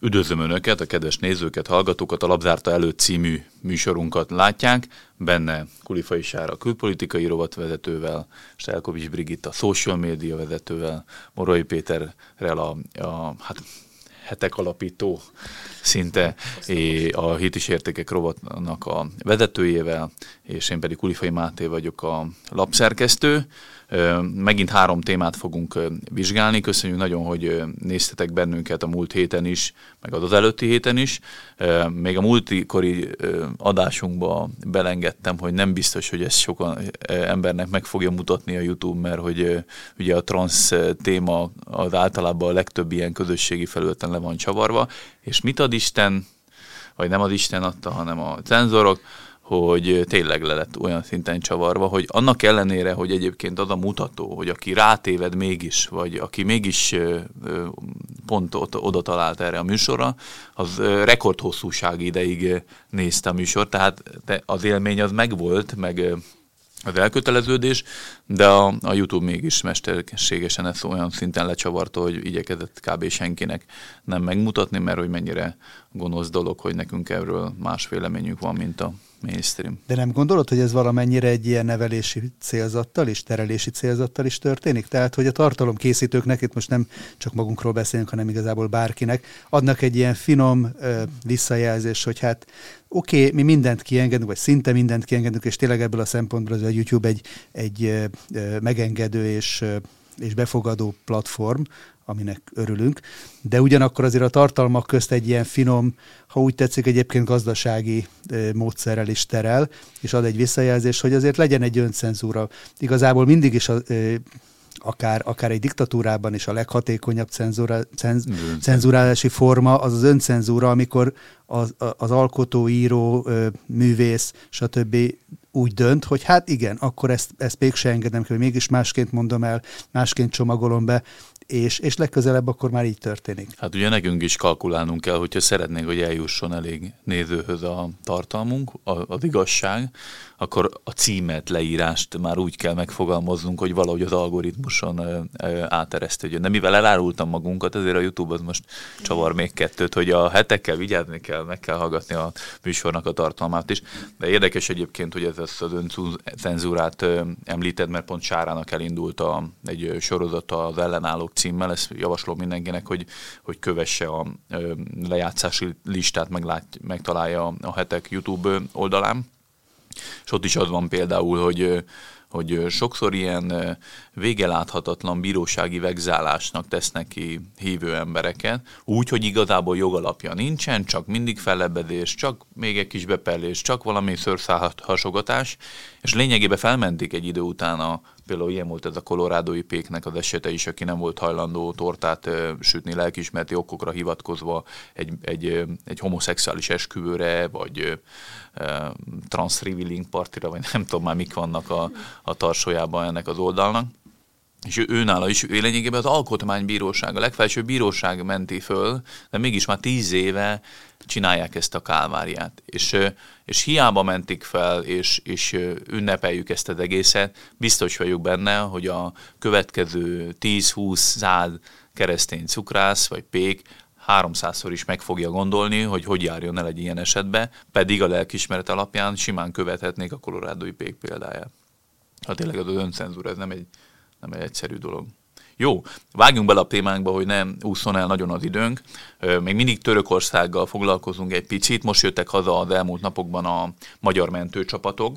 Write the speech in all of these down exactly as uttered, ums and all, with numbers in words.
Üdvözlöm Önöket, a kedves nézőket, hallgatókat, a Labzárta előtt című műsorunkat látják. Benne Kulifai Sára külpolitikai rovatvezetővel, Stelkovics Brigitta social média vezetővel, Morai Péterrel a, a hát, hetek alapító szinte a Hit és Értékek rovatnak a vezetőjével, és én pedig Kulifai Máté vagyok, a lapszerkesztő. Megint három témát fogunk vizsgálni. Köszönjük nagyon, hogy néztetek bennünket a múlt héten is, meg az előtti héten is. Még a múltkori adásunkba belengedtem, hogy nem biztos, hogy ezt sokan embernek meg fogja mutatni a YouTube, mert hogy ugye a transz téma az általában a legtöbb ilyen közösségi felületen le van csavarva. És mit ad Isten, vagy nem az Isten adta, hanem a cenzorok, hogy tényleg le lett olyan szinten csavarva, hogy annak ellenére, hogy egyébként az a mutató, hogy aki rátéved mégis, vagy aki mégis pont oda talált erre a műsorra, az rekordhosszúság ideig nézte a műsor, tehát az élmény az megvolt, meg az elköteleződés, de a, a YouTube mégis mesterségesen ezt olyan szinten lecsavarta, hogy igyekezett kb. Senkinek nem megmutatni, mert hogy mennyire gonosz dolog, hogy nekünk erről más véleményünk van, mint a mainstream. De nem gondolod, hogy ez valamennyire egy ilyen nevelési célzattal is, terelési célzattal is történik? Tehát, hogy a tartalomkészítőknek, itt most nem csak magunkról beszélünk, hanem igazából bárkinek, adnak egy ilyen finom ö, visszajelzés, hogy hát oké, okay, mi mindent kiengedünk, vagy szinte mindent kiengedünk, és tényleg ebből a szempontból az a YouTube egy, egy ö, ö, megengedő és, ö, és befogadó platform, aminek örülünk, de ugyanakkor azért a tartalmak közt egy ilyen finom, ha úgy tetszik, egyébként gazdasági e, módszerrel is terel, és ad egy visszajelzést, hogy azért legyen egy öncenzúra. Igazából mindig is a, e, akár, akár egy diktatúrában is a leghatékonyabb cenzúra, cenz, cenzúrálási forma az az öncenzúra, amikor az, az alkotó, író, e, művész, stb. Úgy dönt, hogy hát igen, akkor ezt, ezt mégse engedem ki, hogy mégis másként mondom el, másként csomagolom be, És, és legközelebb akkor már így történik. Hát ugye nekünk is kalkulálnunk kell, hogyha szeretnénk, hogy eljusson elég nézőhöz a tartalmunk, az igazság, akkor a címet, leírást már úgy kell megfogalmaznunk, hogy valahogy az algoritmuson áteresztődjön. De mivel elárultam magunkat, ezért a YouTube az most csavar még kettőt, hogy a hetekkel vigyázni kell, meg kell hallgatni a műsornak a tartalmát is. De érdekes egyébként, hogy ez az öncenzúrát említed, mert pont Sárának elindult a, egy sorozata az Ellenállók címmel, ezt javaslom mindenkinek, hogy, hogy kövesse a lejátszási listát, meglát, megtalálja a hetek YouTube oldalán. És ott is az van például, hogy, hogy sokszor ilyen végeláthatatlan bírósági vegzálásnak tesznek ki hívő embereket, úgy, hogy igazából jogalapja nincsen, csak mindig fellebbezés, csak még egy kis beperlés, csak valami szőrszálhasogatás, és lényegében felmentik egy idő után a például ilyen volt ez a kolorádói péknek az esete is, aki nem volt hajlandó tortát e, sütni lelkiismereti okokra hivatkozva egy, egy, egy homoszexuális esküvőre, vagy e, trans-revealing partira, vagy nem tudom már mik vannak a, a tarsójában ennek az oldalnak. És ő, őnála is ő lényegében az alkotmánybíróság, a legfelsőbb bíróság menti föl, de mégis már tíz éve csinálják ezt a kálváriát. És, és hiába mentik fel, és, és ünnepeljük ezt az egészet, biztos vagyok benne, hogy a következő tíz-húsz-száz keresztény cukrász vagy pék háromszázszor is meg fogja gondolni, hogy hogy járjon el egy ilyen esetbe, pedig a lelkiismeret alapján simán követhetnék a kolorádói pék példáját. Hát tényleg az öncenzúra, ez nem egy, nem egy egyszerű dolog. Jó, vágjunk bele a témánkba, hogy nem ússzon el nagyon az időnk. Még mindig Törökországgal foglalkozunk egy picit. Most jöttek haza az elmúlt napokban a magyar mentőcsapatok.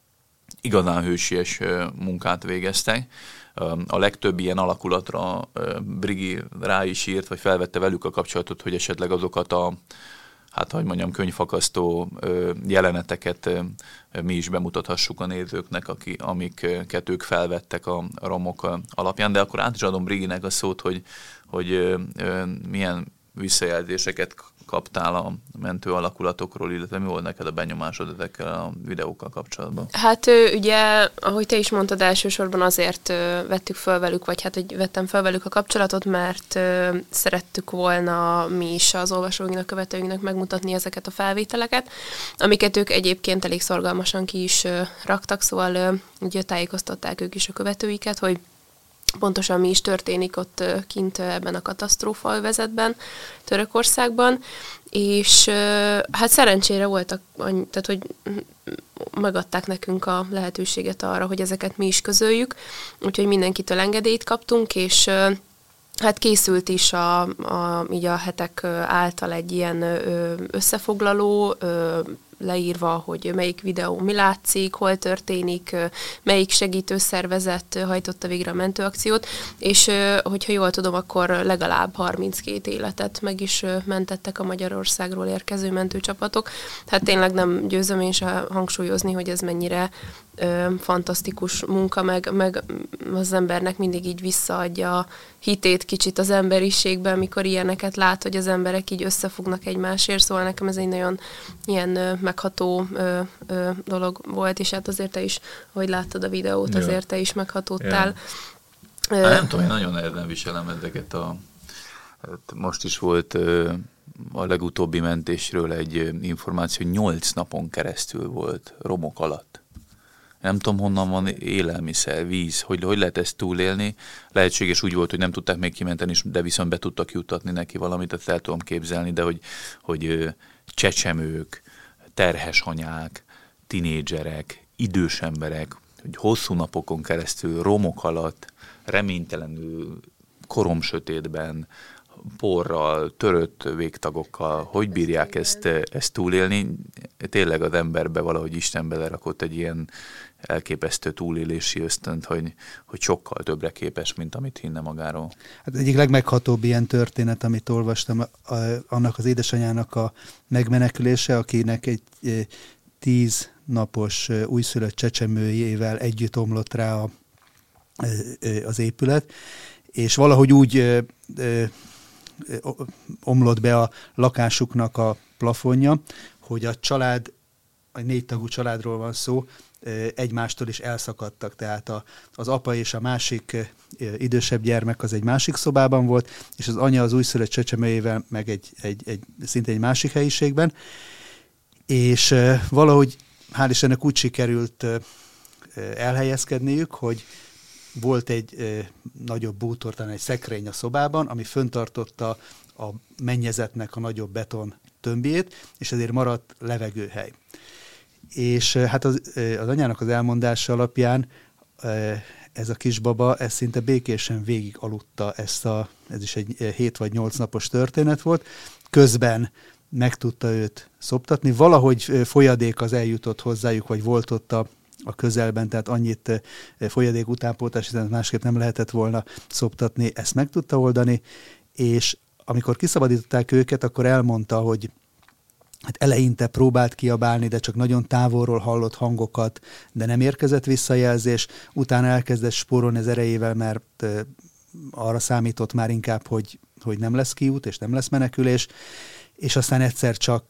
Igazán hősies munkát végeztek. A legtöbb ilyen alakulatra Brigi rá is írt, vagy felvette velük a kapcsolatot, hogy esetleg azokat a hát, hogy mondjam, könyvfakasztó jeleneteket mi is bemutathassuk a nézőknek, aki, amiket ők felvettek a romok alapján. De akkor át is adom Briginek a szót, hogy, hogy milyen visszajelzéseket kaptál a mentő alakulatokról, illetve mi volt neked a benyomásod ezekkel a videókkal kapcsolatban? Hát ugye, ahogy te is mondtad, elsősorban azért vettük fel velük, vagy hát hogy vettem fel velük a kapcsolatot, mert szerettük volna mi is az olvasóinknak, követőinknek megmutatni ezeket a felvételeket, amiket ők egyébként elég szorgalmasan ki is raktak, szóval ugye tájékoztatták ők is a követőiket, hogy pontosan mi is történik ott kint ebben a katasztrófaövezetben, Törökországban, és hát szerencsére voltak, tehát hogy megadták nekünk a lehetőséget arra, hogy ezeket mi is közöljük, úgyhogy mindenkitől engedélyt kaptunk, és hát készült is a, a, így a hetek által egy ilyen összefoglaló, leírva, hogy melyik videó mi látszik, hol történik, melyik segítőszervezet hajtotta végre a mentőakciót, és hogyha jól tudom, akkor legalább harminckét életet meg is mentettek a Magyarországról érkező mentőcsapatok. Hát tényleg nem győzöm én se hangsúlyozni, hogy ez mennyire ö, fantasztikus munka, meg, meg az embernek mindig így visszaadja a hitét kicsit az emberiségben, mikor ilyeneket lát, hogy az emberek így összefognak egymásért, szóval nekem ez egy nagyon ilyen ö, megható ö, ö, dolog volt, és hát azért te is, ahogy láttad a videót, ja. azért te is meghatódtál. Ja. Hát nem tudom, én nagyon nehezen viselem ezeket a... Most is volt ö, a legutóbbi mentésről egy információ, hogy nyolc napon keresztül volt romok alatt. Nem tudom, honnan van élelmiszer, víz, hogy, hogy lehet ezt túlélni. Lehetséges úgy volt, hogy nem tudták még kimenteni, de viszont be tudtak juttatni neki valamit, ezt el tudom képzelni, de hogy, hogy csecsemők, terhes anyák, tinédzserek, idős emberek, hogy hosszú napokon keresztül romok alatt, reménytelenül, koromsötétben, porral, törött végtagokkal, hogy bírják ezt, ezt túlélni. Tényleg az emberbe valahogy Isten belerakott egy ilyen elképesztő túlélési ösztönt, hogy, hogy sokkal többre képes, mint amit hinne magáról. Hát egyik legmeghatóbb ilyen történet, amit olvastam, a, a, annak az édesanyának a megmenekülése, akinek egy e, tíz napos e, újszülött csecsemőjével együtt omlott rá a, e, e, az épület, és valahogy úgy e, e, omlott be a lakásuknak a plafonja, hogy a család, egy négy tagú családról van szó, egymástól is elszakadtak, tehát a, az apa és a másik idősebb gyermek az egy másik szobában volt, és az anya az újszülött csecsemőjével meg egy, egy, egy, szinte egy másik helyiségben, és valahogy hál' Istennek úgy sikerült elhelyezkedniük, hogy volt egy e, nagyobb bútor, talán egy szekrény a szobában, ami föntartotta a mennyezetnek a nagyobb beton tömbjét, és ezért maradt levegőhely. És e, hát az, e, az anyának az elmondása alapján e, ez a kisbaba, ez szinte békésen végig aludta ezt a, ez is egy hét vagy nyolc napos történet volt, közben meg tudta őt szoptatni, valahogy folyadék az eljutott hozzájuk, vagy volt ott a a közelben, tehát annyit folyadék utánpótlás, hiszen másképp nem lehetett volna szoptatni, ezt meg tudta oldani, és amikor kiszabadították őket, akkor elmondta, hogy hát eleinte próbált kiabálni, de csak nagyon távolról hallott hangokat, de nem érkezett visszajelzés, utána elkezdett spórolni az erejével, mert arra számított már inkább, hogy, hogy nem lesz kiút, és nem lesz menekülés, és aztán egyszer csak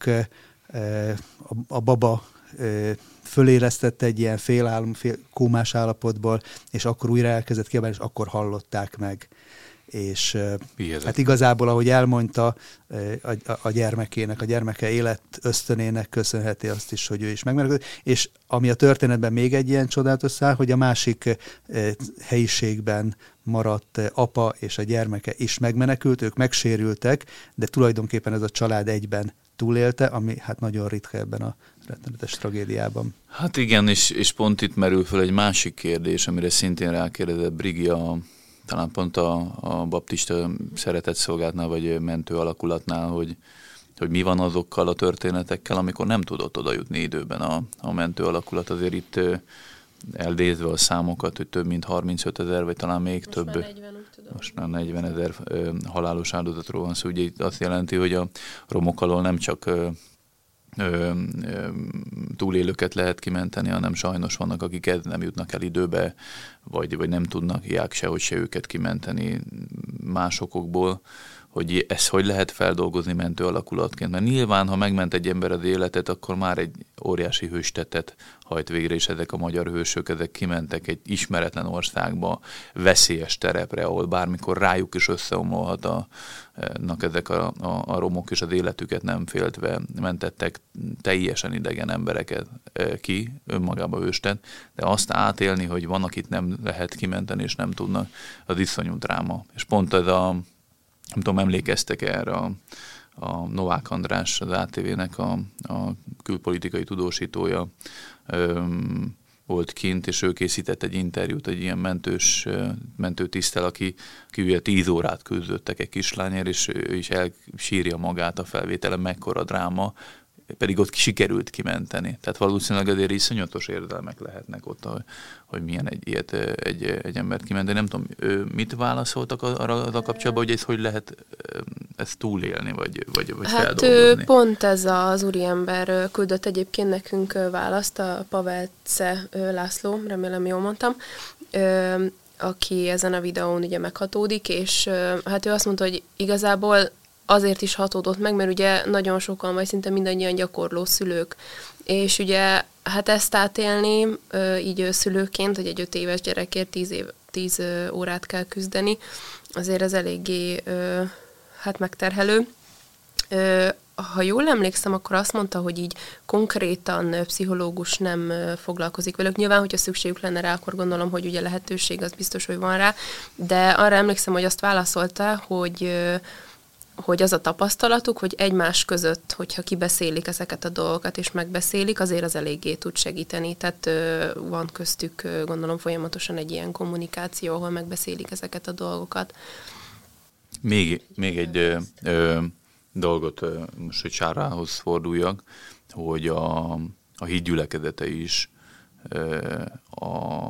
a, a baba fölélesztette egy ilyen félálom, fél kómás állapotból, és akkor újra elkezdett kiabálni, és akkor hallották meg. És Bihetet. Hát igazából, ahogy elmondta a, a, a gyermekének, a gyermeke élet ösztönének köszönheti azt is, hogy ő is megmenekült. És ami a történetben még egy ilyen csodálatos szál, hogy a másik helyiségben maradt apa és a gyermeke is megmenekült, ők megsérültek, de tulajdonképpen ez a család egyben túlélte, ami hát nagyon ritka ebben a rettenetes tragédiában. Hát igen, és, és pont itt merül fel egy másik kérdés, amire szintén rákérdezett Brigi, a, talán pont a, a baptista szeretetszolgálatnál, vagy mentő alakulatnál, hogy, hogy mi van azokkal a történetekkel, amikor nem tudott oda jutni időben a, a mentő alakulat. Azért itt eldézve a számokat, hogy több mint harmincöt ezer, vagy talán még most több. Már negyven, úgy tudom. Most már negyven ezer halálos áldozatról van szó. Ugye azt jelenti, hogy a romok alól nem csak ö, ö, ö, túlélőket lehet kimenteni, hanem sajnos vannak, akik nem jutnak el időbe, vagy, vagy nem tudnak hiák sehogy se őket kimenteni más okokból. hogy ezt hogy lehet feldolgozni mentő alakulatként. Mert nyilván, ha megment egy ember az életet, akkor már egy óriási hőstettet hajt végre, és ezek a magyar hősök, ezek kimentek egy ismeretlen országba, veszélyes terepre, ahol bármikor rájuk is összeomolhatnak ezek a, a, a romok, és az életüket nem féltve mentettek teljesen idegen embereket ki, önmagába hőstet, de azt átélni, hogy van, akit nem lehet kimenteni, és nem tudnak, az iszonyú dráma. És pont ez a, nem tudom, emlékeztek erre a, a Novák András, az á té vé-nek a, a külpolitikai tudósítója öm, volt kint, és ő készített egy interjút egy ilyen mentős, mentőtiszttel, aki, aki ugye tíz órát küzdöttek egy kislányért, és ő is elsírja magát a felvételen, mekkora dráma, pedig ott sikerült kimenteni. Tehát valószínűleg azért iszonyatos érzelmek lehetnek ott, hogy, hogy milyen egy ilyet egy, egy embert kimenteni. Nem tudom, mit válaszoltak arra a kapcsolatban, hogy ez hogy lehet ezt túlélni, vagy, vagy, vagy hát feldolgozni? Pont ez az úriember küldött egyébként nekünk választ, a Pavelce László, remélem jól mondtam, aki ezen a videón ugye meghatódik, és hát ő azt mondta, hogy igazából azért is hatódott meg, mert ugye nagyon sokan, vagy szinte mindannyian gyakorló szülők. És ugye hát ezt átélni így szülőként, hogy egy öt éves gyerekért tíz, év, tíz órát kell küzdeni, azért ez eléggé hát megterhelő. Ha jól emlékszem, akkor azt mondta, hogy így konkrétan pszichológus nem foglalkozik velük. Nyilván, hogyha szükségük lenne rá, akkor gondolom, hogy ugye lehetőség, az biztos, hogy van rá, de arra emlékszem, hogy azt válaszolta, hogy hogy az a tapasztalatuk, hogy egymás között, hogyha kibeszélik ezeket a dolgokat, és megbeszélik, azért az eléggé tud segíteni. Tehát ö, van köztük, ö, gondolom, folyamatosan egy ilyen kommunikáció, ahol megbeszélik ezeket a dolgokat. Még, még egy ö, ö, dolgot, ö, most, hogy Sárához forduljak, hogy a, a hídgyülekezete is ö, a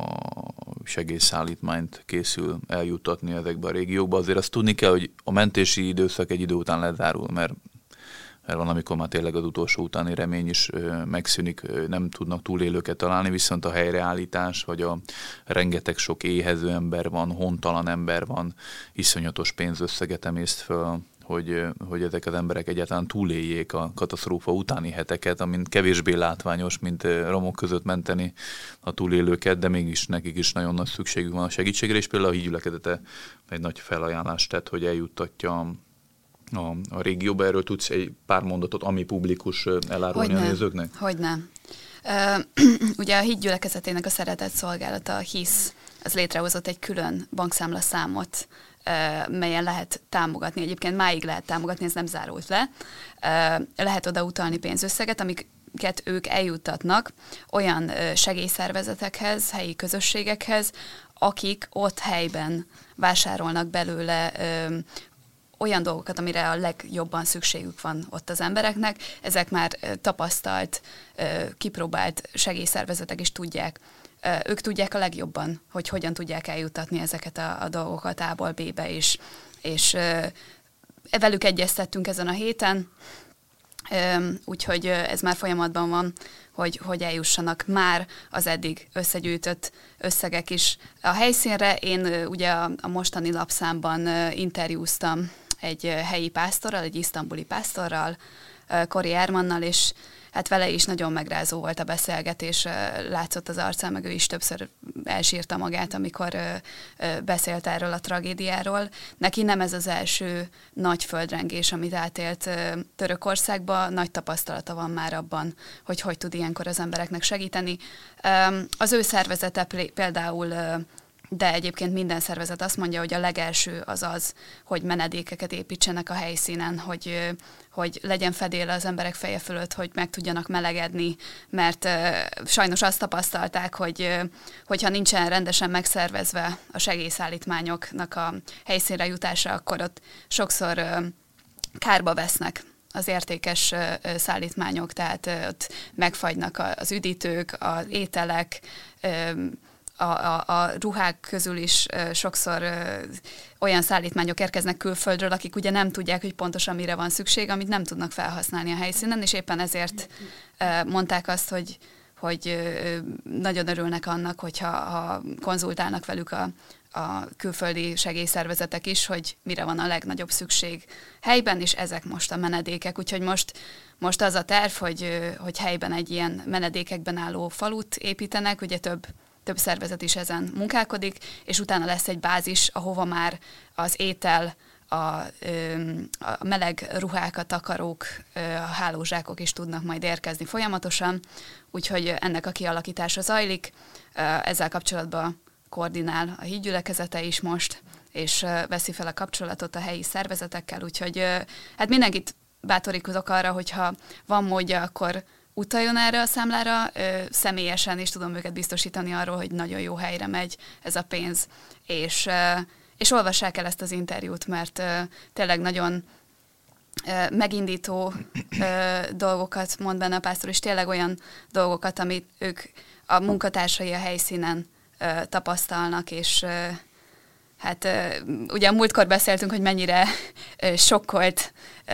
segélyszállítmányt készül eljuttatni ezekbe a régiókba. Azért azt tudni kell, hogy a mentési időszak egy idő után lezárul, mert, mert van, amikor már tényleg az utolsó utáni remény is ö, megszűnik, ö, nem tudnak túlélőket találni, viszont a helyreállítás, vagy a rengeteg sok éhező ember van, hontalan ember van, iszonyatos pénzösszeget emészt föl, hogy, hogy ezek az emberek egyáltalán túléljék a katasztrófa utáni heteket, amin kevésbé látványos, mint romok között menteni a túlélőket, de mégis nekik is nagyon nagy szükségük van a segítségre, és például a hídgyülekezete egy nagy felajánlást tett, hogy eljuttatja a, a régióba. Erről tudsz egy pár mondatot, ami publikus, elárulni a nézőknek? Hogyne. Uh, ugye a hídgyülekezetének a szeretett szolgálata, a hisz, az létrehozott egy külön bankszámlaszámot, melyen lehet támogatni. Egyébként máig lehet támogatni, ez nem zárult le. Lehet oda utalni pénzösszeget, amiket ők eljuttatnak olyan segélyszervezetekhez, helyi közösségekhez, akik ott helyben vásárolnak belőle olyan dolgokat, amire a legjobban szükségük van ott az embereknek. Ezek már tapasztalt, kipróbált segélyszervezetek is tudják. Ők tudják a legjobban, hogy hogyan tudják eljutatni ezeket a, a dolgokat A-ból B-be is. És uh, velük egyeztettünk ezen a héten, um, úgyhogy ez már folyamatban van, hogy, hogy eljussanak már az eddig összegyűjtött összegek is a helyszínre. Én uh, ugye a, a mostani lapszámban uh, interjúztam egy uh, helyi pásztorral, egy isztambuli pásztorral, uh, Kori Ármannal, és hát vele is nagyon megrázó volt a beszélgetés, látszott az arcán, meg ő is többször elsírta magát, amikor beszélt erről a tragédiáról. Neki nem ez az első nagy földrengés, amit átélt Törökországba, nagy tapasztalata van már abban, hogy hogy tud ilyenkor az embereknek segíteni. Az ő szervezete például, de egyébként minden szervezet azt mondja, hogy a legelső az az, hogy menedékeket építsenek a helyszínen, hogy, hogy legyen fedél az emberek feje fölött, hogy meg tudjanak melegedni, mert uh, sajnos azt tapasztalták, hogy uh, hogyha nincsen rendesen megszervezve a segélyszállítmányoknak a helyszínre jutása, akkor ott sokszor uh, kárba vesznek az értékes uh, szállítmányok, tehát uh, ott megfagynak az üdítők, az ételek, uh, A, a, a ruhák közül is uh, sokszor uh, olyan szállítmányok érkeznek külföldről, akik ugye nem tudják, hogy pontosan mire van szükség, amit nem tudnak felhasználni a helyszínen, és éppen ezért uh, mondták azt, hogy, hogy uh, nagyon örülnek annak, hogyha ha konzultálnak velük a, a külföldi segélyszervezetek is, hogy mire van a legnagyobb szükség helyben, és ezek most a menedékek. Úgyhogy most, most az a terv, hogy, hogy helyben egy ilyen menedékekben álló falut építenek, ugye több, több szervezet is ezen munkálkodik, és utána lesz egy bázis, ahova már az étel, a, a meleg ruhák, a takarók, a hálózsákok is tudnak majd érkezni folyamatosan, úgyhogy ennek a kialakítása zajlik. Ezzel kapcsolatban koordinál a hídgyülekezete is most, és veszi fel a kapcsolatot a helyi szervezetekkel, úgyhogy hát mindenkit bátorítozok arra, hogyha van módja, akkor utaljon erre a számlára, személyesen is tudom őket biztosítani arról, hogy nagyon jó helyre megy ez a pénz, és, és olvassák el ezt az interjút, mert tényleg nagyon megindító dolgokat mond benne a pásztor, és tényleg olyan dolgokat, amit ők a munkatársai a helyszínen tapasztalnak, és hát ugye a múltkor beszéltünk, hogy mennyire sokkolt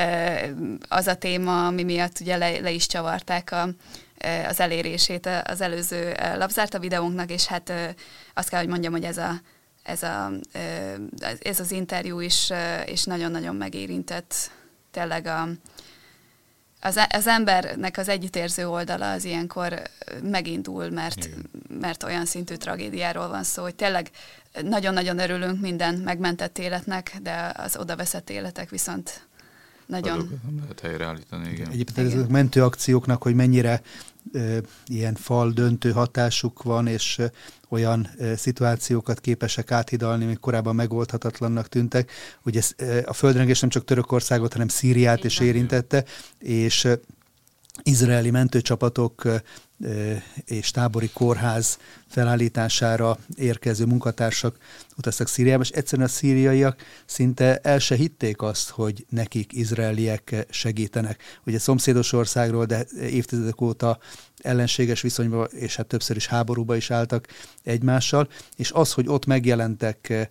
az a téma, ami miatt ugye le, le is csavarták a, az elérését az előző lapzárta videónknak, és hát azt kell, hogy mondjam, hogy ez, a, ez, a, ez az interjú is, is nagyon-nagyon megérintett. Tényleg a, az, az embernek az együttérző oldala az ilyenkor megindul, mert, mert olyan szintű tragédiáról van szó, hogy tényleg nagyon-nagyon örülünk minden megmentett életnek, de az odaveszett életek viszont nagyon... Azokat nem lehet helyreállítani, igen. Egyébként ezek mentőakcióknak, hogy mennyire e, ilyen fal döntő hatásuk van, és e, olyan e, szituációkat képesek áthidalni, amik korábban megoldhatatlannak tűntek. Ugye e, a földrengés nem csak Törökországot, hanem Szíriát is érintette, és e, izraeli mentőcsapatok e, és tábori kórház felállítására érkező munkatársak utaztak Szíriába, és egyszerűen a szíriaiak szinte el se hitték azt, hogy nekik izraeliek segítenek. Ugye szomszédos országról, de évtizedek óta ellenséges viszonyban, és hát többször is háborúba is álltak egymással, és az, hogy ott megjelentek eh,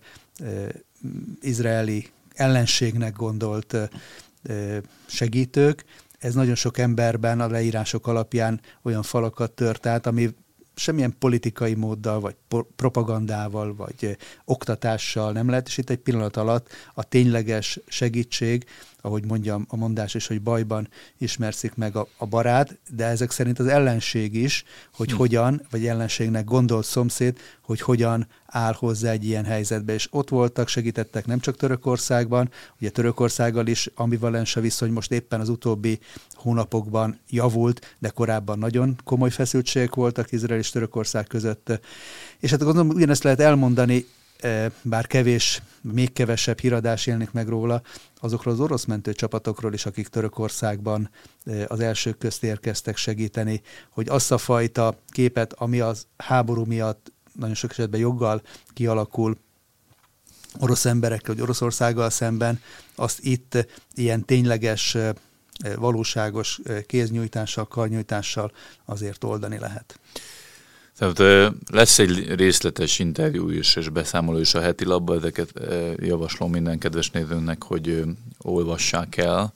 izraeli ellenségnek gondolt eh, segítők, ez nagyon sok emberben a leírások alapján olyan falakat tört át, ami semmilyen politikai móddal, vagy propagandával, vagy eh, oktatással nem lehet, és itt egy pillanat alatt a tényleges segítség, ahogy mondjam, a mondás is, hogy bajban ismerszik meg a, a barát, de ezek szerint az ellenség is, hogy hm. hogyan, vagy ellenségnek gondolt szomszéd, hogy hogyan áll hozzá egy ilyen helyzetbe, és ott voltak, segítettek nem csak Törökországban, ugye Törökországgal is ambivalens a viszony, most éppen az utóbbi hónapokban javult, de korábban nagyon komoly feszültségek voltak Izrael és Törökország között. És hát gondolom, ugyanezt lehet elmondani, bár kevés, még kevesebb híradás jelenik meg róla, azokról az orosz mentőcsapatokról is, akik Törökországban az elsők közt érkeztek segíteni, hogy azt a fajta képet, ami az háború miatt nagyon sok esetben joggal kialakul orosz emberekkel, vagy Oroszországgal szemben, azt itt ilyen tényleges, valóságos kéznyújtással, karnyújtással azért oldani lehet. Tehát lesz egy részletes interjú is, és beszámoló is a heti labba, ezeket javaslom minden kedves nézőnek, hogy olvassák el.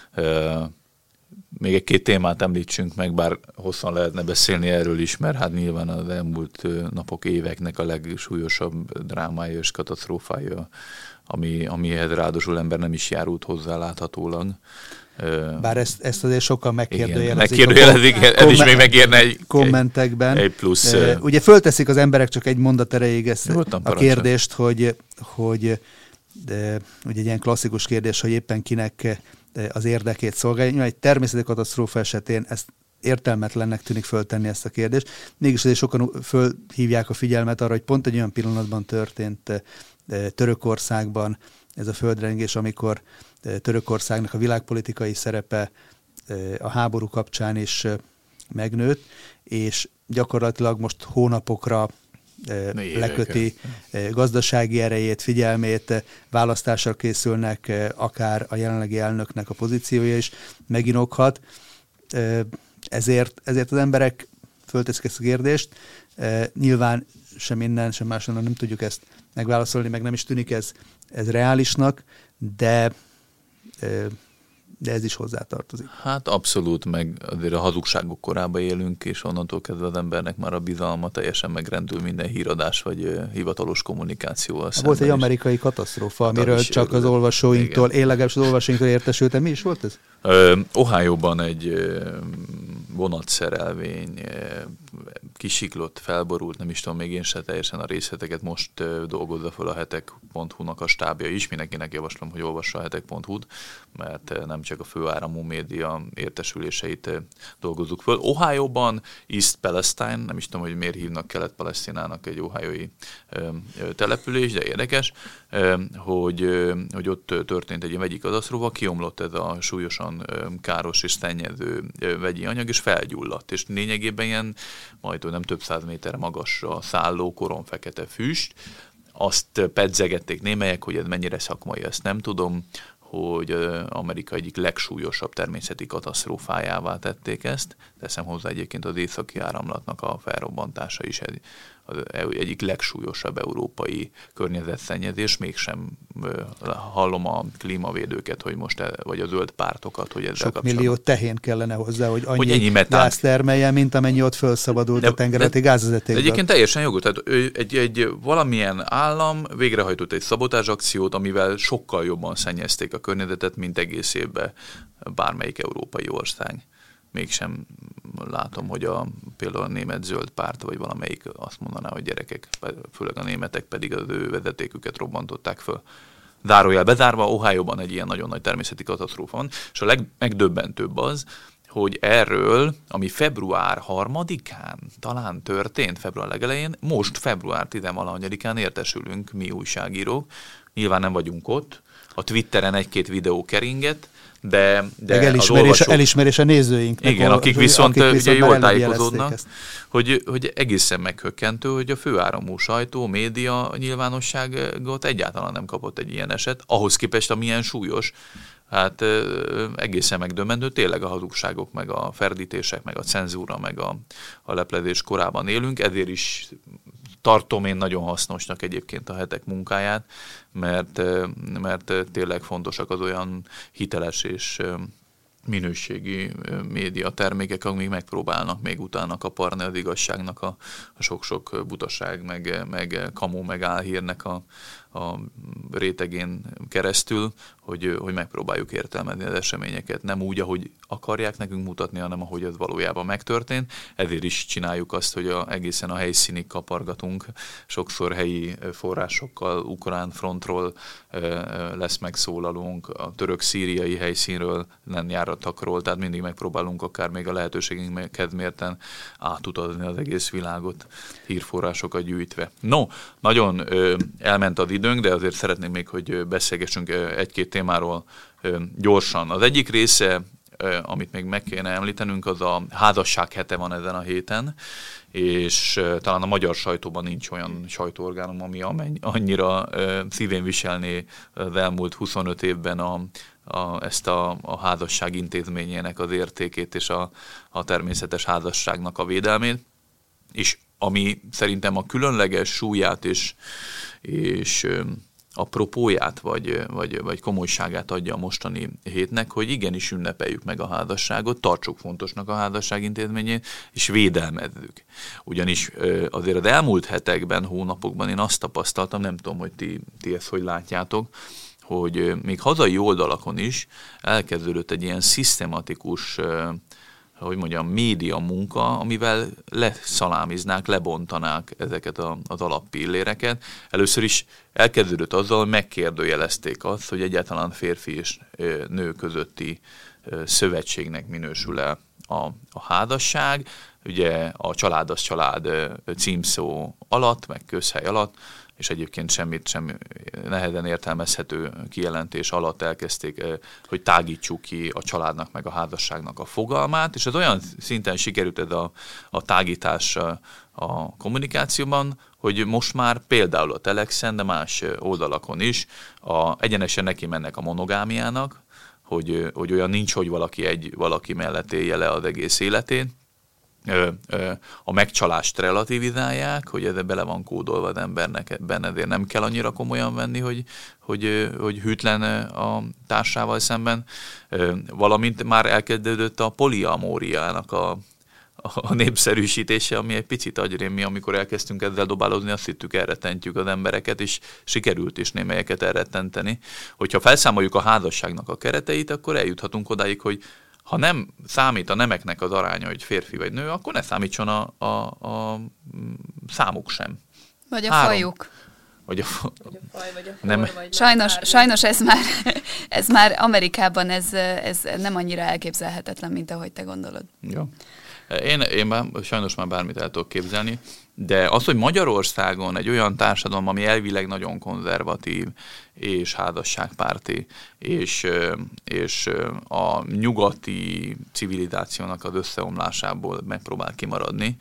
Még egy-két témát említsünk meg, bár hosszan lehetne beszélni erről is, mert hát nyilván az elmúlt napok, éveknek a legsúlyosabb drámája és katasztrófája, ami, amihez ráadásul ember nem is járult hozzá láthatólag. Bár ezt, ezt azért sokan megkérdőjelezik. Megkérdőjelezik, ez kom- is még megérne egy kommentekben. Egy plusz. Uh, ugye fölteszik az emberek csak egy mondat erejéig ezt a kérdést, hogy, hogy de, ugye egy ilyen klasszikus kérdés, hogy éppen kinek az érdekét szolgálja. Egy természeti katasztrófa esetén ezt értelmetlennek tűnik föltenni ezt a kérdést. Mégis azért sokan fölhívják a figyelmet arra, hogy pont egy olyan pillanatban történt Törökországban ez a földrengés, amikor Törökországnak a világpolitikai szerepe a háború kapcsán is megnőtt, és gyakorlatilag most hónapokra leköti gazdasági erejét, figyelmét, választásra készülnek, akár a jelenlegi elnöknek a pozíciója is meginokhat. Ezért, ezért az emberek fölteszik ezt a kérdést. Nyilván sem innen, sem máshonnan nem tudjuk ezt megválaszolni, meg nem is tűnik ez, ez reálisnak, de de ez is hozzátartozik. Hát abszolút, meg azért a hazugságok korába élünk, és onnantól kezdve az embernek már a bizalma teljesen megrendül minden híradás, vagy hivatalos kommunikációval szemben. Volt egy amerikai katasztrófa, amiről csak az olvasóinktól, én legalábbis az olvasóinktól értesültem. Mi is volt ez? Ohio-ban egy vonatszerelvény kisiklott, felborult, nem is tudom még én se teljesen a részleteket, most dolgozza fel a hetek pont hu-nak a stábja is, mindenkinek javaslom, hogy olvassa a hetek pont hu-t, mert nem csak a főáramú média értesüléseit dolgozzuk föl. Ohio-ban East Palestine, nem is tudom, hogy miért hívnak Kelet-Palesztinának egy ohiói település, de érdekes, hogy, hogy ott történt egy ilyen vegyi katasztrófa, kiomlott ez a súlyosan káros és szennyező vegyi anyag, és felgyulladt, és lényegében ilyen majd nem több száz méter magasra szálló koronfekete füst. Azt pedzegették némelyek, hogy ez mennyire szakmai, ezt nem tudom, hogy Amerika egyik legsúlyosabb természeti katasztrófájává tették ezt. Teszem hozzá egyébként az északi áramlatnak a felrobbantása is egy, az egyik legsúlyosabb európai környezetszennyezés. Mégsem hallom a klímavédőket, hogy most, vagy a zöld pártokat, hogy ezzel Sok millió tehén kellene hozzá, hogy annyi, hogy ennyi gáz termeljen, mint amennyi ott felszabadult de, a tengereti gázvezetékből. Egyébként teljesen jogos. Tehát egy, egy valamilyen állam végrehajtott egy szabotázsakciót, amivel sokkal jobban szennyezték a környezetet, mint egész évben bármelyik európai ország. Mégsem látom, hogy a, például a német zöld párt, vagy valamelyik azt mondaná, hogy gyerekek, főleg a németek pedig az ő vezetéküket robbantották föl. Zárójel bezárva, Ohio-ban egy ilyen nagyon nagy természeti katasztrófa van, és a legmegdöbbentőbb az, hogy erről, ami február harmadikán talán történt, február legelején, most február tizenvalahanyadikán értesülünk mi újságírók, nyilván nem vagyunk ott, a Twitteren egy-két videó keringett, de, de elismerés, olvasók, elismerés a nézőinknek. Igen, akik viszont, akik viszont ugye jól tájékozódnak, hogy, hogy egészen meghökkentő, hogy a főáramú sajtó, média, nyilvánosságot egyáltalán nem kapott egy ilyen eset, ahhoz képest, amilyen súlyos. Hát egészen megdöbbentő, tényleg a hazugságok, meg a ferdítések, meg a cenzúra, meg a, a leplezés korában élünk, ezért is tartom én nagyon hasznosnak egyébként a hetek munkáját, mert, mert tényleg fontosak az olyan hiteles és minőségi média termékek, amik megpróbálnak még utána kaparni az igazságnak a, a sok-sok butaság, meg, meg kamu, meg álhírnek a, a rétegén keresztül, hogy, hogy megpróbáljuk értelmezni az eseményeket. Nem úgy, ahogy akarják nekünk mutatni, hanem ahogy ez valójában megtörtént. Ezért is csináljuk azt, hogy a, egészen a helyszínig kapargatunk. Sokszor helyi forrásokkal, ukrán frontról lesz megszólalunk, a török-szíriai helyszínről, nem járatakról, tehát mindig megpróbálunk akár még a lehetőségünk kedmérten átutazni az egész világot, hírforrásokat gyűjtve. No, nagyon ö, elment az időnk, de azért szeretném még, hogy beszélgessünk egy-két témáról ö, gyorsan. Az egyik része, ö, amit még meg kéne említenünk, az a házasság hete van ezen a héten, és ö, talán a magyar sajtóban nincs olyan sajtóorgánum, ami amennyi, annyira ö, szívén viselné az elmúlt huszonöt évben a A, ezt a, a házasság intézményének az értékét és a, a természetes házasságnak a védelmét, és ami szerintem a különleges súlyát és, és apropóját vagy, vagy, vagy komolyságát adja a mostani hétnek, hogy igenis ünnepeljük meg a házasságot, tartsuk fontosnak a házasság intézményét, és védelmezzük. Ugyanis azért az elmúlt hetekben, hónapokban én azt tapasztaltam, nem tudom, hogy ti, ti ezt hogy látjátok, hogy még hazai oldalakon is elkezdődött egy ilyen szisztematikus, hogy mondjam, média munka, amivel leszalámiznák, lebontanák ezeket a, az alappilléreket. Először is elkezdődött azzal, hogy megkérdőjelezték azt, hogy egyáltalán férfi és nő közötti szövetségnek minősül el a, a házasság. Ugye a család az család címszó alatt, meg közhely alatt, és egyébként semmit sem nehezen értelmezhető kijelentés alatt elkezdték, hogy tágítsuk ki a családnak meg a házasságnak a fogalmát, és ez olyan szinten sikerült ez a, a tágítás a kommunikációban, hogy most már például a Telexen, de más oldalakon is a, egyenesen neki mennek a monogámiának, hogy, hogy olyan nincs, hogy valaki egy valaki mellett élje le az egész életét, a megcsalást relativizálják, hogy ez bele van kódolva az embernek, bennedért nem kell annyira komolyan venni, hogy, hogy, hogy hűtlen a társával szemben, valamint már elkezdődött a poliamóriának a, a népszerűsítése, ami egy picit agyrémi, amikor elkezdtünk ezzel dobálózni, azt hittük, elrettentjük az embereket, és sikerült is némelyeket elrettenteni. Hogyha felszámoljuk a házasságnak a kereteit, akkor eljuthatunk odáig, hogy ha nem számít a nemeknek az aránya, hogy férfi vagy nő, akkor ne számítson a, a, a számuk sem. Vagy a Három. fajuk. Vagy a, vagy a faj, vagy a for, nem. vagy sajnos, sajnos ez már, ez már Amerikában ez, ez nem annyira elképzelhetetlen, mint ahogy te gondolod. Ja. Én, én már, sajnos már bármit el tudok képzelni, de az, hogy Magyarországon egy olyan társadalom, ami elvileg nagyon konzervatív és házasságpárti, és, és a nyugati civilizációnak az összeomlásából megpróbál kimaradni,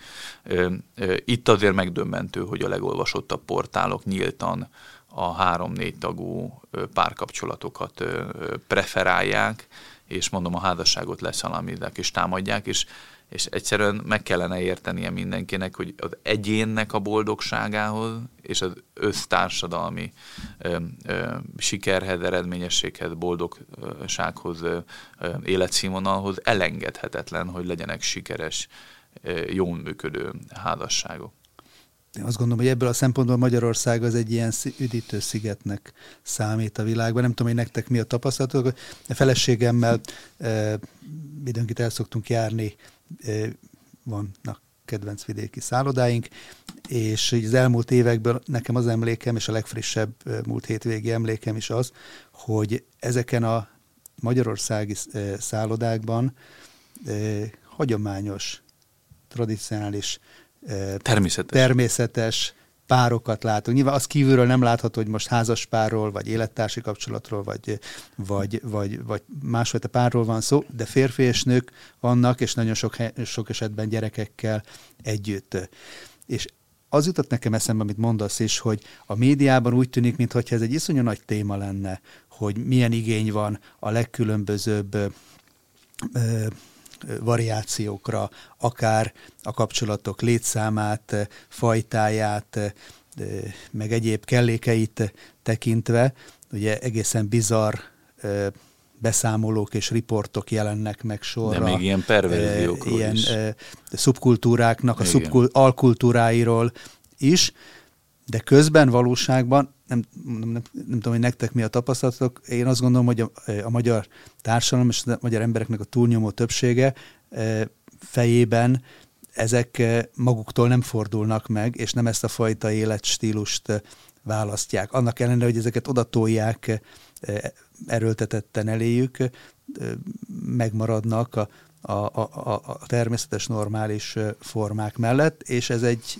itt azért megdöbbentő, hogy a legolvasottabb portálok nyíltan a három-négy tagú párkapcsolatokat preferálják, és mondom, a házasságot leszalámizzák és támadják, és és egyszerűen meg kellene értenie mindenkinek, hogy az egyénnek a boldogságához és az össztársadalmi ö, ö, sikerhez, eredményességhez, boldogsághoz, ö, ö, életszínvonalhoz elengedhetetlen, hogy legyenek sikeres, ö, jól működő házasságok. Én azt gondolom, hogy ebből a szempontból Magyarország az egy ilyen üdítő szigetnek számít a világban. Nem tudom, hogy nektek mi a tapasztalatok. A feleségemmel e, időnként el szoktunk járni, e, vannak kedvenc vidéki szállodáink, és az elmúlt évekből nekem az emlékem, és a legfrissebb múlt hétvégi emlékem is az, hogy ezeken a magyarországi szállodákban e, hagyományos, tradicionális, Természetes. természetes párokat látunk. Nyilván az kívülről nem látható, hogy most házaspárról, vagy élettársi kapcsolatról, vagy, vagy, vagy, vagy másfajta párról van szó, de férfi és nők vannak, és nagyon sok, sok esetben gyerekekkel együtt. És az jutott nekem eszembe, amit mondasz is, hogy a médiában úgy tűnik, mintha ez egy iszonyú nagy téma lenne, hogy milyen igény van a legkülönbözőbb ö, variációkra, akár a kapcsolatok létszámát, fajtáját, meg egyéb kellékeit tekintve. Ugye egészen bizarr beszámolók és riportok jelennek meg sorra. De még ilyen perverziókról ilyen is. szubkultúráknak, a szubkul- alkultúráiról is, de közben valóságban, nem, nem, nem, nem tudom, hogy nektek mi a tapasztalatok, én azt gondolom, hogy a, a magyar társadalom és a magyar embereknek a túlnyomó többsége fejében ezek maguktól nem fordulnak meg, és nem ezt a fajta életstílust választják. Annak ellenére, hogy ezeket odatolják erőltetetten eléjük, megmaradnak a, a, a, a természetes, normális formák mellett, és ez egy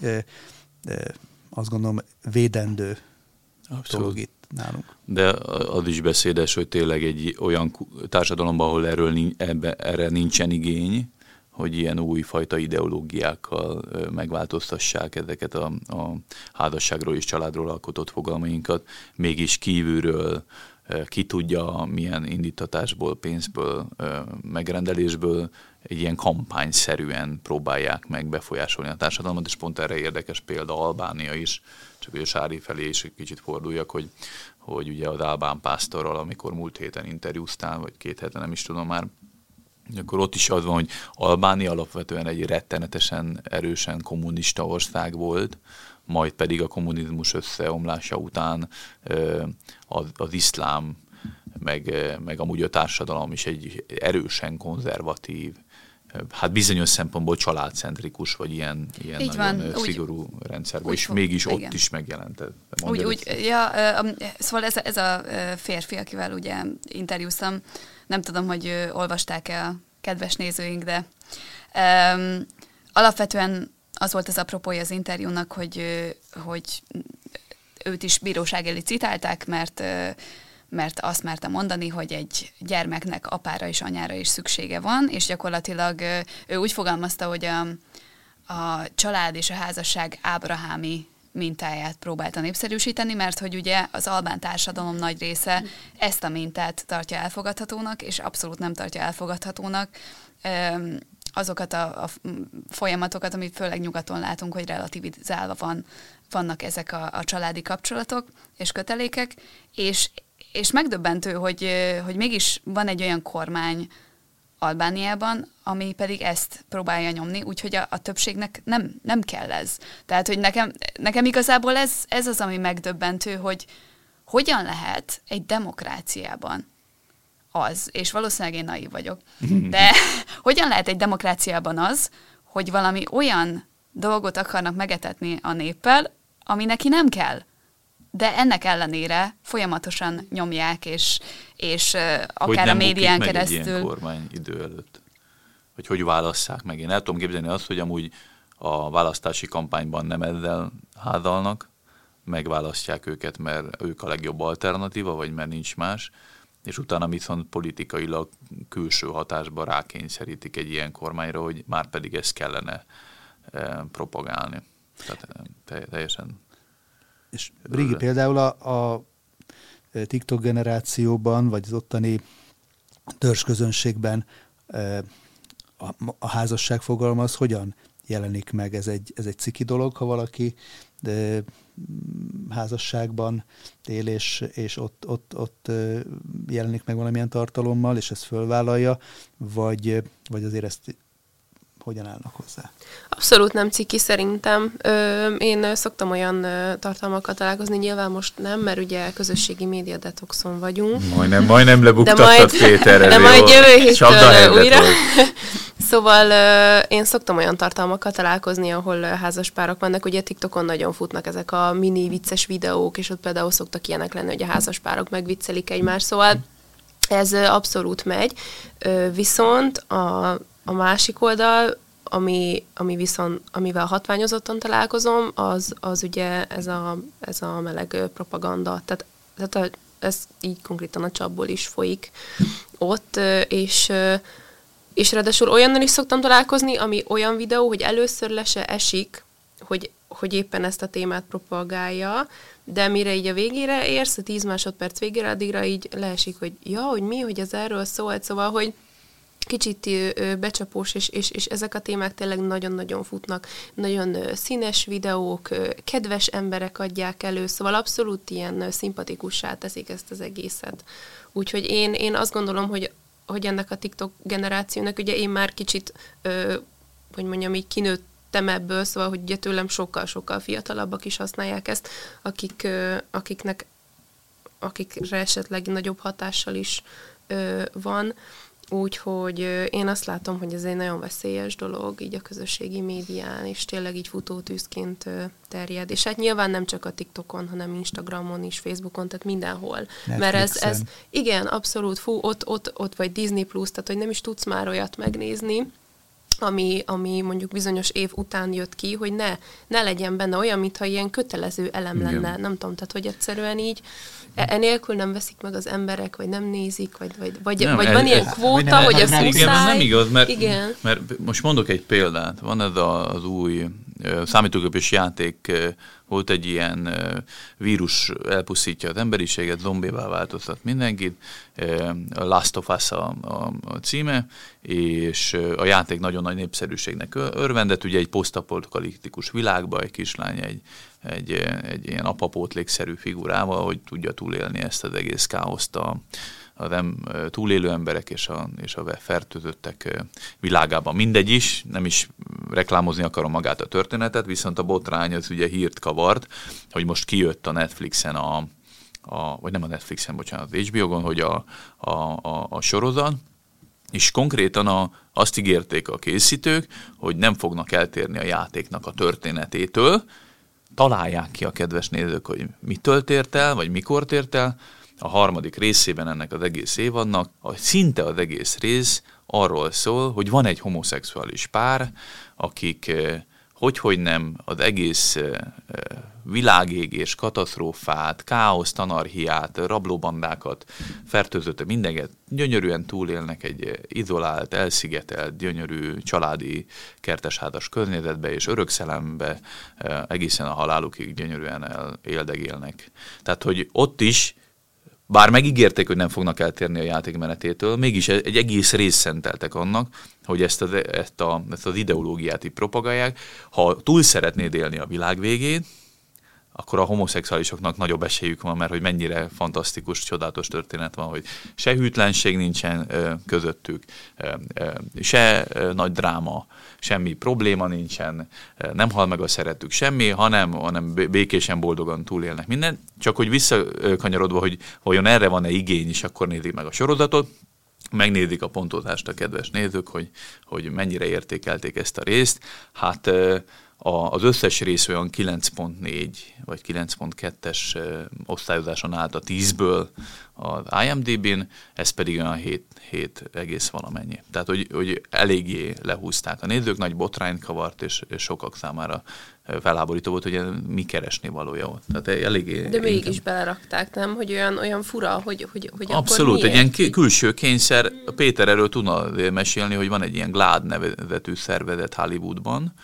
azt gondolom védendő dolog itt nálunk. De az is beszédes, hogy tényleg egy olyan társadalomban, ahol erről, ebbe, erre nincsen igény, hogy ilyen újfajta ideológiákkal megváltoztassák ezeket a, a házasságról és családról alkotott fogalmainkat, mégis kívülről ki tudja, milyen indítatásból, pénzből, megrendelésből egy ilyen kampányszerűen próbálják meg befolyásolni a társadalmat, és pont erre érdekes példa Albánia is, csak ugye Sári felé is egy kicsit forduljak, hogy, hogy ugye az albán pásztorral, amikor múlt héten interjúztál, vagy két héten, nem is tudom már, akkor ott is az van, hogy Albánia alapvetően egy rettenetesen erősen kommunista ország volt, majd pedig a kommunizmus összeomlása után az, az iszlám, meg, meg amúgy a társadalom is egy erősen konzervatív, hát bizonyos szempontból családcentrikus, vagy ilyen, ilyen így nagyon van, szigorú úgy, rendszerben, úgy és fog, mégis igen. ott is megjelent. Úgy, úgy, ja, szóval ez, ez a férfi, akivel ugye interjúztam, nem tudom, hogy olvasták-e a kedves nézőink, de um, alapvetően az volt az apropója az interjúnak, hogy, hogy őt is bíróság elé citálták, mert, mert azt merte mondani, hogy egy gyermeknek apára és anyára is szüksége van, és gyakorlatilag ő úgy fogalmazta, hogy a, a család és a házasság ábrahámi mintáját próbálta népszerűsíteni, mert hogy ugye az albán társadalom nagy része ezt a mintát tartja elfogadhatónak, és abszolút nem tartja elfogadhatónak azokat a, a folyamatokat, amit főleg nyugaton látunk, hogy relativizálva van, vannak ezek a, a családi kapcsolatok és kötelékek, és, és megdöbbentő, hogy, hogy mégis van egy olyan kormány Albániában, ami pedig ezt próbálja nyomni, úgyhogy a, a többségnek nem, nem kell ez. Tehát, hogy nekem, nekem igazából ez, ez az, ami megdöbbentő, hogy hogyan lehet egy demokráciában az, és valószínűleg én naív vagyok, de hogyan lehet egy demokráciában az, hogy valami olyan dolgot akarnak megetetni a néppel, ami neki nem kell. De ennek ellenére folyamatosan nyomják, és, és uh, akár a médián meg keresztül... Egy ilyen kormány idő előtt? Hogy hogy válasszák meg? Én el tudom képzelni azt, hogy amúgy a választási kampányban nem ezzel hádalnak, megválasztják őket, mert ők a legjobb alternatíva, vagy mert nincs más, és utána viszont politikailag külső hatásba rákényszerítik egy ilyen kormányra, hogy már pedig ezt kellene eh, propagálni. Tehát eh, teljesen... És Brigi, például a, a TikTok generációban, vagy az ottani törzsközönségben a, a házasság fogalma az hogyan jelenik meg? Ez egy, ez egy ciki dolog, ha valaki de, házasságban él, és, és ott, ott, ott jelenik meg valamilyen tartalommal, és ezt fölvállalja, vagy, vagy azért ezt hogyan állnak hozzá? Abszolút nem ciki szerintem. Ö, én szoktam olyan ö, tartalmakkal találkozni, nyilván most nem, mert ugye közösségi média detoxon vagyunk. Majdnem, majdnem lebuktattad majd, Péterre. De majd jövő héttől újra. Szóval ö, én szoktam olyan tartalmakkal találkozni, ahol ö, házaspárok vannak. Ugye TikTokon nagyon futnak ezek a mini vicces videók, és ott például szoktak ilyenek lenni, hogy a házaspárok megviccelik egymást. Szóval ez ö, abszolút megy. Ö, viszont a A másik oldal, ami, ami viszont, amivel hatványozottan találkozom, az, az ugye ez a, ez a meleg propaganda. Tehát, tehát a, ez így konkrétan a csapból is folyik ott, és, és ráadásul olyannal is szoktam találkozni, ami olyan videó, hogy először le se esik, hogy, hogy éppen ezt a témát propagálja, de mire így a végére érsz, a tíz másodperc végére, addigra így leesik, hogy ja, hogy mi, hogy ez erről szólt, szóval, hogy kicsit becsapós, és, és, és ezek a témák tényleg nagyon-nagyon futnak, nagyon színes videók, kedves emberek adják elő, szóval abszolút ilyen szimpatikussá teszik ezt az egészet. Úgyhogy én, én azt gondolom, hogy, hogy ennek a TikTok generációnak, ugye én már kicsit, ö, hogy mondjam, így kinőttem ebből, szóval, hogy ugye tőlem sokkal-sokkal fiatalabbak is használják ezt, akik, ö, akiknek, akikre esetleg nagyobb hatással is ö, van. Úgyhogy én azt látom, hogy ez egy nagyon veszélyes dolog így a közösségi médián, és tényleg így futótűzként terjed. És hát nyilván nem csak a TikTokon, hanem Instagramon is, Facebookon, tehát mindenhol. Netflixen. Mert ez, ez, igen, abszolút, fú, ott, ott, ott vagy Disney Plus, tehát hogy nem is tudsz már olyat megnézni, ami, ami mondjuk bizonyos év után jött ki, hogy ne, ne legyen benne olyan, mintha ilyen kötelező elem igen. lenne. Nem tudom, tehát hogy egyszerűen így enélkül nem veszik meg az emberek, vagy nem nézik, vagy, vagy, vagy, nem, vagy van ilyen kvóta, hogy az muszáj. Igen, ez nem igaz, mert, igen. mert most mondok egy példát. Van ez az új számítógépes játék, volt egy ilyen vírus elpusztítja az emberiséget, zombévá változtat mindenkit, a Last of Us a, a, a címe, és a játék nagyon nagy népszerűségnek örvendett, ugye egy posztapokaliptikus világban egy kislány egy, egy, egy ilyen apapótlékszerű figurával, hogy tudja túlélni ezt az egész káoszt a az em, túlélő emberek és a, és a fertőzöttek világában. Mindegy is, nem is reklámozni akarom magát a történetet, viszont a botrány az ugye hírt kavart, hogy most kijött a Netflixen, a, a, vagy nem a Netflixen, bocsánat, az há bé ó-gon, hogy a, a, a, a sorozat, és konkrétan a, azt ígérték a készítők, hogy nem fognak eltérni a játéknak a történetétől, találják ki a kedves nézők, hogy mitől tért el, vagy mikor tért el. A harmadik részében ennek az egész évadnak, a, szinte az egész rész arról szól, hogy van egy homoszexuális pár, akik hogyhogy nem az egész világégés, katasztrófát, káoszt, anarchiát, rablóbandákat, fertőzöttet, mindenket gyönyörűen túlélnek egy izolált, elszigetelt, gyönyörű családi kertesházas környezetbe, és örökszelembe egészen a halálukig gyönyörűen éldegélnek. Tehát, hogy ott is bár megígérték, hogy nem fognak eltérni a játék menetétől, mégis egy egész részt szenteltek annak, hogy ezt, a, ezt, a, ezt az ideológiát így propagálják. Ha túl szeretnéd élni a világ végén, akkor a homoszexuálisoknak nagyobb esélyük van, mert hogy mennyire fantasztikus, csodálatos történet van, hogy se hűtlenség nincsen ö, közöttük, ö, ö, se ö, nagy dráma, semmi probléma nincsen, ö, nem hal meg a szeretük semmi, hanem, hanem békésen, boldogan túlélnek minden. Csak hogy visszakanyarodva, hogy vajon erre van-e igény is, akkor nézik meg a sorozatot, megnézik a pontozást a kedves nézők, hogy, hogy mennyire értékelték ezt a részt. Hát ö, az összes rész olyan kilenc pont négy vagy kilenc pont kettes osztályozáson állt a tízből az I M D B-n, ez pedig olyan hét egész valamennyi. Tehát, hogy, hogy eléggé lehúzták a nézők, nagy botrányt kavart, és, és sokak számára felháborító volt, hogy mi keresni valója volt. Tehát eléggé... De mégis inkább belerakták, nem? Hogy olyan, olyan fura, hogy, hogy, hogy abszolút, akkor egy ilyen ki, külső kényszer. Péter erről tudna mesélni, hogy van egy ilyen GLAAD nevezetű szervezet Hollywoodban,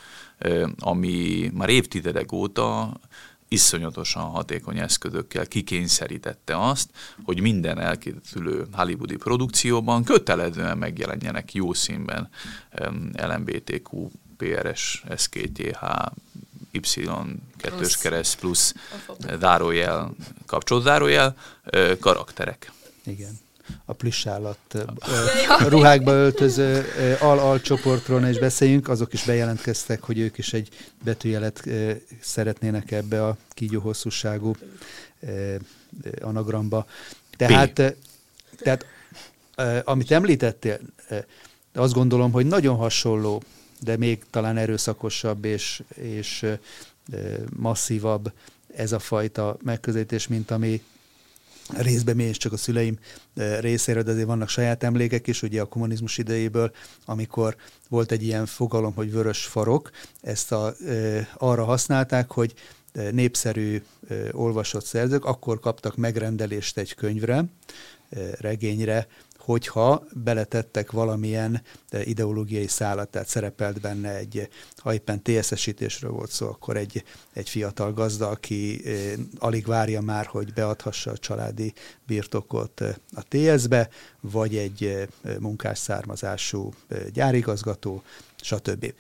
ami már évtizedek óta iszonyatosan hatékony eszközökkel kikényszerítette azt, hogy minden elkészülő hollywoodi produkcióban kötelezően megjelenjenek jó színben L M B T Q, P R S, S K T H, Y, kettős kereszt plusz zárójel, kapcsolzárójel, karakterek. Igen. A plüssállat ruhákba öltöző al-al csoportról is beszéljünk, azok is bejelentkeztek, hogy ők is egy betűjelet szeretnének ebbe a kígyó hosszúságú anagramba. Tehát, tehát amit említettél, azt gondolom, hogy nagyon hasonló, de még talán erőszakosabb és, és masszívabb ez a fajta megközelítés, mint ami részben mi is csak a szüleim részéről, de azért vannak saját emlékek is, ugye a kommunizmus idejéből, amikor volt egy ilyen fogalom, hogy vörös farok, ezt a, arra használták, hogy népszerű olvasott szerzők akkor kaptak megrendelést egy könyvre, regényre, hogyha beletettek valamilyen ideológiai szálat, tehát szerepelt benne egy, ha éppen té es esítésről volt szó, akkor egy, egy fiatal gazda, aki alig várja már, hogy beadhassa a családi birtokot a té es-be, vagy egy munkás származású gyárigazgató, stb.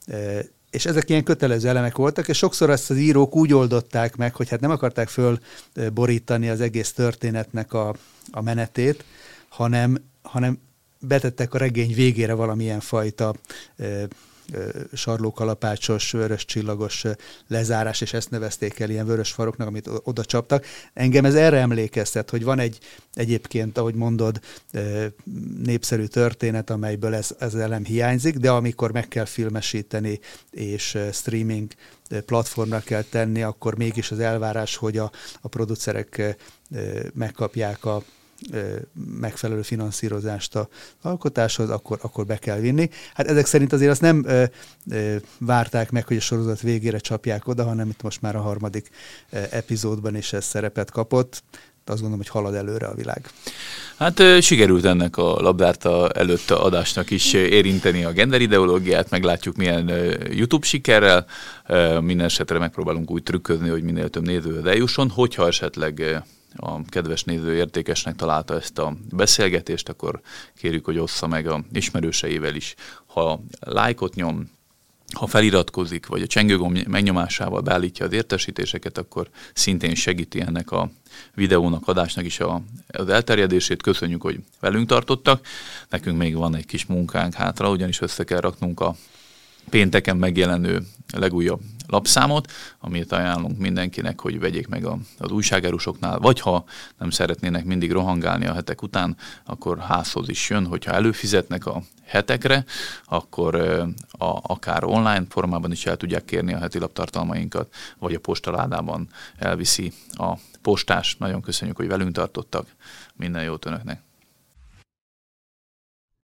És ezek ilyen kötelező elemek voltak, és sokszor ezt az írók úgy oldották meg, hogy hát nem akarták fölborítani az egész történetnek a, a menetét, hanem, hanem betettek a regény végére valamilyen fajta ö, ö, sarlókalapácsos, vörös csillagos lezárás, és ezt nevezték el ilyen vörös faroknak, amit oda csaptak. Engem ez erre emlékeztet, hogy van egy egyébként, ahogy mondod, ö, népszerű történet, amelyből ez, ez elem hiányzik, de amikor meg kell filmesíteni, és streaming platformra kell tenni, akkor mégis az elvárás, hogy a, a producerek ö, megkapják a megfelelő finanszírozást az alkotáshoz, akkor, akkor be kell vinni. Hát ezek szerint azért azt nem ö, ö, várták meg, hogy a sorozat végére csapják oda, hanem itt most már a harmadik ö, epizódban is ez szerepet kapott. De azt gondolom, hogy halad előre a világ. Hát ö, sikerült ennek a labdárta előtt adásnak is érinteni a genderideológiát, meglátjuk milyen ö, YouTube sikerrel. Ö, minden esetre megpróbálunk úgy trükközni, hogy minél több nézőhöz eljusson, hogyha esetleg ö, a kedves néző értékesnek találta ezt a beszélgetést, akkor kérjük, hogy ossza meg a ismerőseivel is. Ha lájkot nyom, ha feliratkozik, vagy a csengőgomb megnyomásával beállítja az értesítéseket, akkor szintén segíti ennek a videónak, adásnak is a, az elterjedését. Köszönjük, hogy velünk tartottak. Nekünk még van egy kis munkánk hátra, ugyanis össze kell raknunk a pénteken megjelenő legújabb lapszámot, amit ajánlunk mindenkinek, hogy vegyék meg az újságárusoknál, vagy ha nem szeretnének mindig rohangálni a hetek után, akkor házhoz is jön, hogyha előfizetnek a hetekre, akkor a, akár online formában is el tudják kérni a heti laptartalmainkat, vagy a postaládában elviszi a postás. Nagyon köszönjük, hogy velünk tartottak. Minden jót önöknek!